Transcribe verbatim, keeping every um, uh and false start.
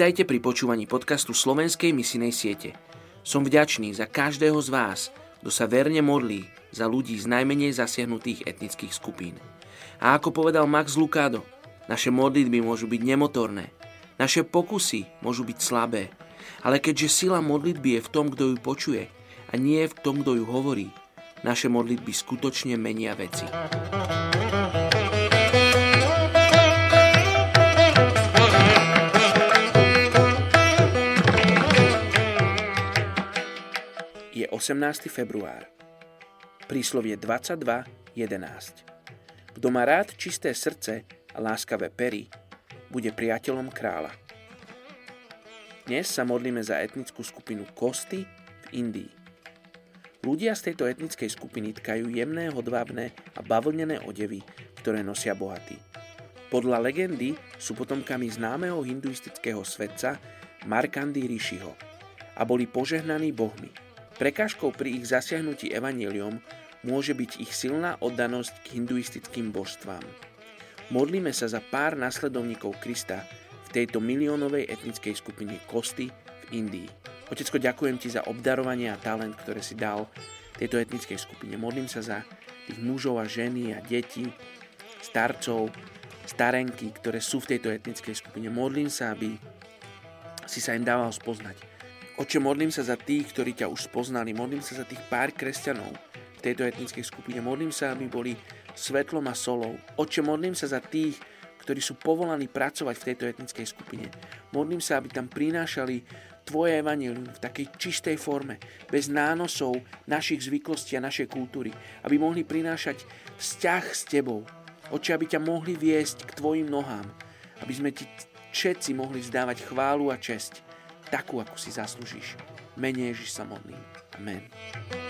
Vitajte pri počúvaní podcastu Slovenskej misijnej siete. Som vďačný za každého z vás, kto sa verne modlí za ľudí z najmenej zasiahnutých etnických skupín. A ako povedal Max Lucado, naše modlitby môžu byť nemotorné, naše pokusy môžu byť slabé, ale keďže sila modlitby je v tom, kto ju počuje, a nie v tom, kto ju hovorí, naše modlitby skutočne menia veci. Je osemnásteho február. Príslovie dvadsaťdva jedenásť. Kto má rád čisté srdce a láskavé pery, bude priateľom kráľa. Dnes sa modlíme za etnickú skupinu Kosti v Indii. Ľudia z tejto etnickej skupiny tkajú jemné, hodvábne a bavlnené odevy, ktoré nosia bohatí. Podľa legendy sú potomkami známeho hinduistického svetca Markandy Rishiho a boli požehnaní bohmi. Prekážkou pri ich zasiahnutí evanjeliom môže byť ich silná oddanosť k hinduistickým božstvám. Modlíme sa za pár nasledovníkov Krista v tejto miliónovej etnickej skupine Kosti v Indii. Otecko, ďakujem ti za obdarovanie a talent, ktoré si dal tejto etnickej skupine. Modlím sa za tých mužov a ženy a deti, starcov, starenky, ktoré sú v tejto etnickej skupine. Modlím sa, aby si sa im dával spoznať. Oče, modlím sa za tých, ktorí ťa už spoznali. Modlím sa za tých pár kresťanov v tejto etnickej skupine. Modlím sa, aby boli svetlom a solou. Oče, modlím sa za tých, ktorí sú povolaní pracovať v tejto etnickej skupine. Modlím sa, aby tam prinášali tvoje evanjelium v takej čistej forme, bez nánosov našich zvyklostí a našej kultúry. Aby mohli prinášať vzťah s tebou. Oče, aby ťa mohli viesť k tvojim nohám. Aby sme ti všetci mohli vzdávať chválu a česť, takú, ako si zaslúžiš. Mene Ježiš sa modlím. Amen.